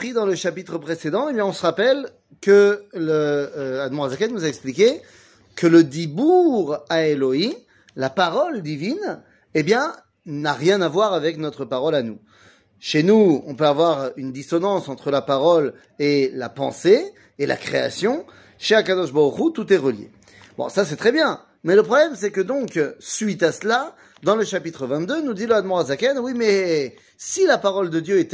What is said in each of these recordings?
appris dans le chapitre précédent, eh bien, on se rappelle que le Admor Hazaken nous a expliqué que le dibour à Elohim, la parole divine, eh bien, n'a rien à voir avec notre parole à nous. Chez nous, on peut avoir une dissonance entre la parole et la pensée et la création. Chez Akadosh Baruch Hu, tout est relié. Bon, ça c'est très bien. Mais le problème, c'est que donc, suite à cela, dans le chapitre 22, nous dit le Admor Hazaken, oui, mais si la parole de Dieu est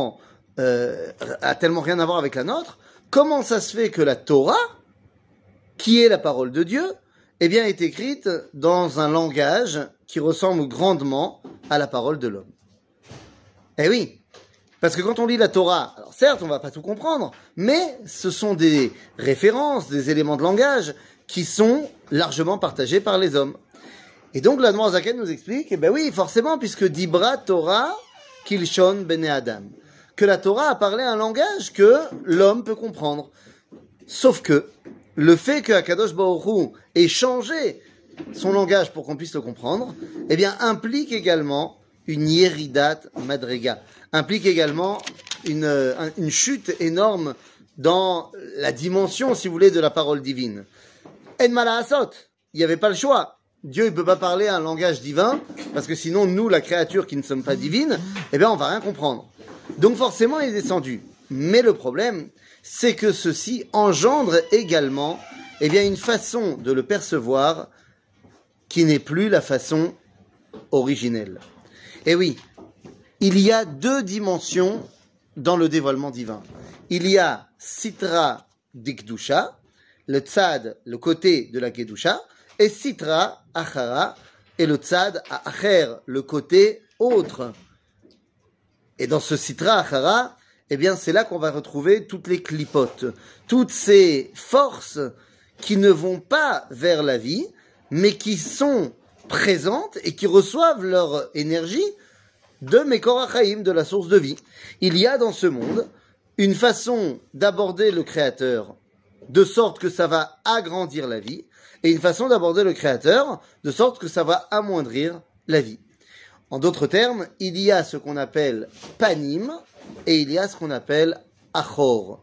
a tellement rien à voir avec la nôtre, comment ça se fait que la Torah, qui est la parole de Dieu, eh bien, est écrite dans un langage qui ressemble grandement à la parole de l'homme? Eh oui, parce que quand on lit la Torah, alors certes, on va pas tout comprendre, mais ce sont des références, des éléments de langage qui sont largement partagés par les hommes. Et donc, l'Admor Hazaken nous explique, eh ben oui, forcément, puisque Dibra Torah Kilshon Bene Adam, que la Torah a parlé un langage que l'homme peut comprendre. Sauf que le fait que Akadosh Baruch Hu ait changé son langage pour qu'on puisse le comprendre, eh bien, implique également une yeridat madrega, implique également une chute énorme dans la dimension, si vous voulez, de la parole divine. En malahasot, il n'y avait pas le choix. Dieu ne peut pas parler un langage divin, parce que sinon, nous, la créature qui ne sommes pas divines, eh bien, on va rien comprendre. Donc forcément, il est descendu. Mais le problème, c'est que ceci engendre également, eh bien, une façon de le percevoir qui n'est plus la façon originelle. Et oui, il y a deux dimensions dans le dévoilement divin. Il y a Sitra Dikdusha, le tzad, le côté de la Kedusha, et Sitra Achara, et le tzad Acher, le côté autre. Et dans ce Sitra Achara, eh bien, c'est là qu'on va retrouver toutes les clipotes, toutes ces forces qui ne vont pas vers la vie, mais qui sont présentes et qui reçoivent leur énergie de Mekor HaChaim, de la source de vie. Il y a dans ce monde une façon d'aborder le Créateur de sorte que ça va agrandir la vie, et une façon d'aborder le Créateur de sorte que ça va amoindrir la vie. En d'autres termes, il y a ce qu'on appelle panim, et il y a ce qu'on appelle achor.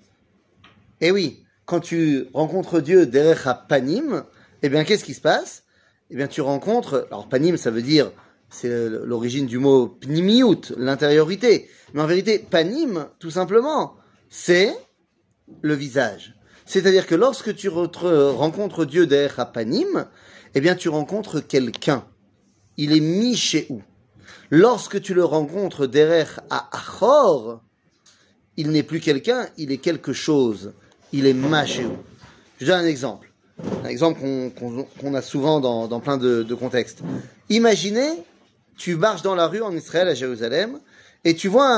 Et oui, quand tu rencontres Dieu derech ha-panim, eh bien, qu'est-ce qui se passe? Eh bien, tu rencontres, alors panim, ça veut dire, c'est l'origine du mot pnimiout, l'intériorité. Mais en vérité, panim, tout simplement, c'est le visage. C'est-à-dire que lorsque tu rencontres Dieu derech ha-panim, eh bien, tu rencontres quelqu'un. Il est mis chez où? Lorsque tu le rencontres derech ha-achor, il n'est plus quelqu'un, il est quelque chose. Il est machéou. Je donne un exemple. Un exemple qu'on a souvent dans plein de contextes. Imaginez, tu marches dans la rue en Israël, à Jérusalem, et tu vois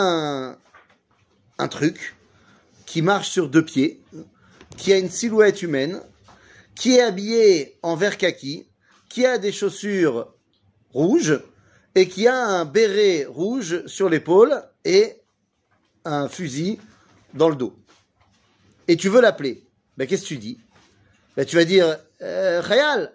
un truc qui marche sur deux pieds, qui a une silhouette humaine, qui est habillé en vert kaki, qui a des chaussures rouges, et qui a un béret rouge sur l'épaule et un fusil dans le dos. Et tu veux l'appeler. Ben, qu'est-ce que tu dis? Ben, tu vas dire Khayal.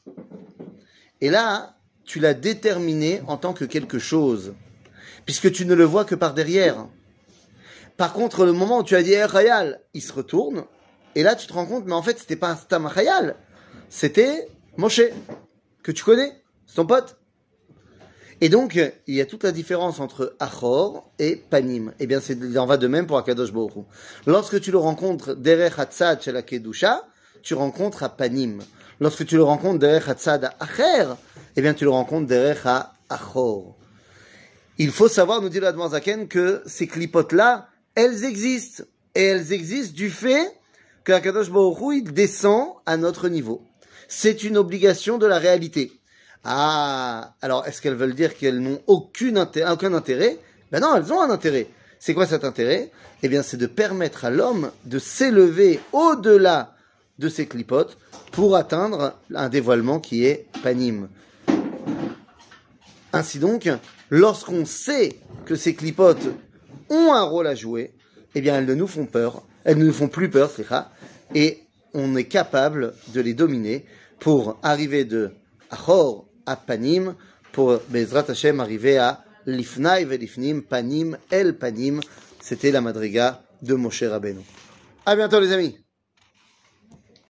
Et là, tu l'as déterminé en tant que quelque chose, puisque tu ne le vois que par derrière. Par contre, le moment où tu as dit Khayal, il se retourne, et là tu te rends compte, mais en fait, c'était pas Stam Khayal, c'était Moshe, que tu connais, c'est ton pote. Et donc, il y a toute la différence entre Achor et Panim. Eh bien, il en va de même pour Akadosh Baruch Hu. Lorsque tu le rencontres derech hatzad shel hakedusha, tu rencontres à Panim. Lorsque tu le rencontres derech hatzad acher, eh bien, tu le rencontres derech Achor. Il faut savoir, nous dit l'Admor Hazaken, que ces clipotes-là, elles existent. Et elles existent du fait que Akadosh Baruch Hu, il descend à notre niveau. C'est une obligation de la réalité. Ah, alors est-ce qu'elles veulent dire qu'elles n'ont aucun intérêt? Ben non, elles ont un intérêt. C'est quoi cet intérêt? Eh bien, c'est de permettre à l'homme de s'élever au-delà de ses clipotes pour atteindre un dévoilement qui est panim. Ainsi donc, lorsqu'on sait que ces clipotes ont un rôle à jouer, eh bien, elles ne nous font peur, elles ne nous font plus peur, et on est capable de les dominer pour arriver de Achor à Panim, pour Bezrat Hashem arriver à Lifnai Velifnim, Panim El Panim, c'était la madriga de Moshe Rabbeinu. À bientôt les amis.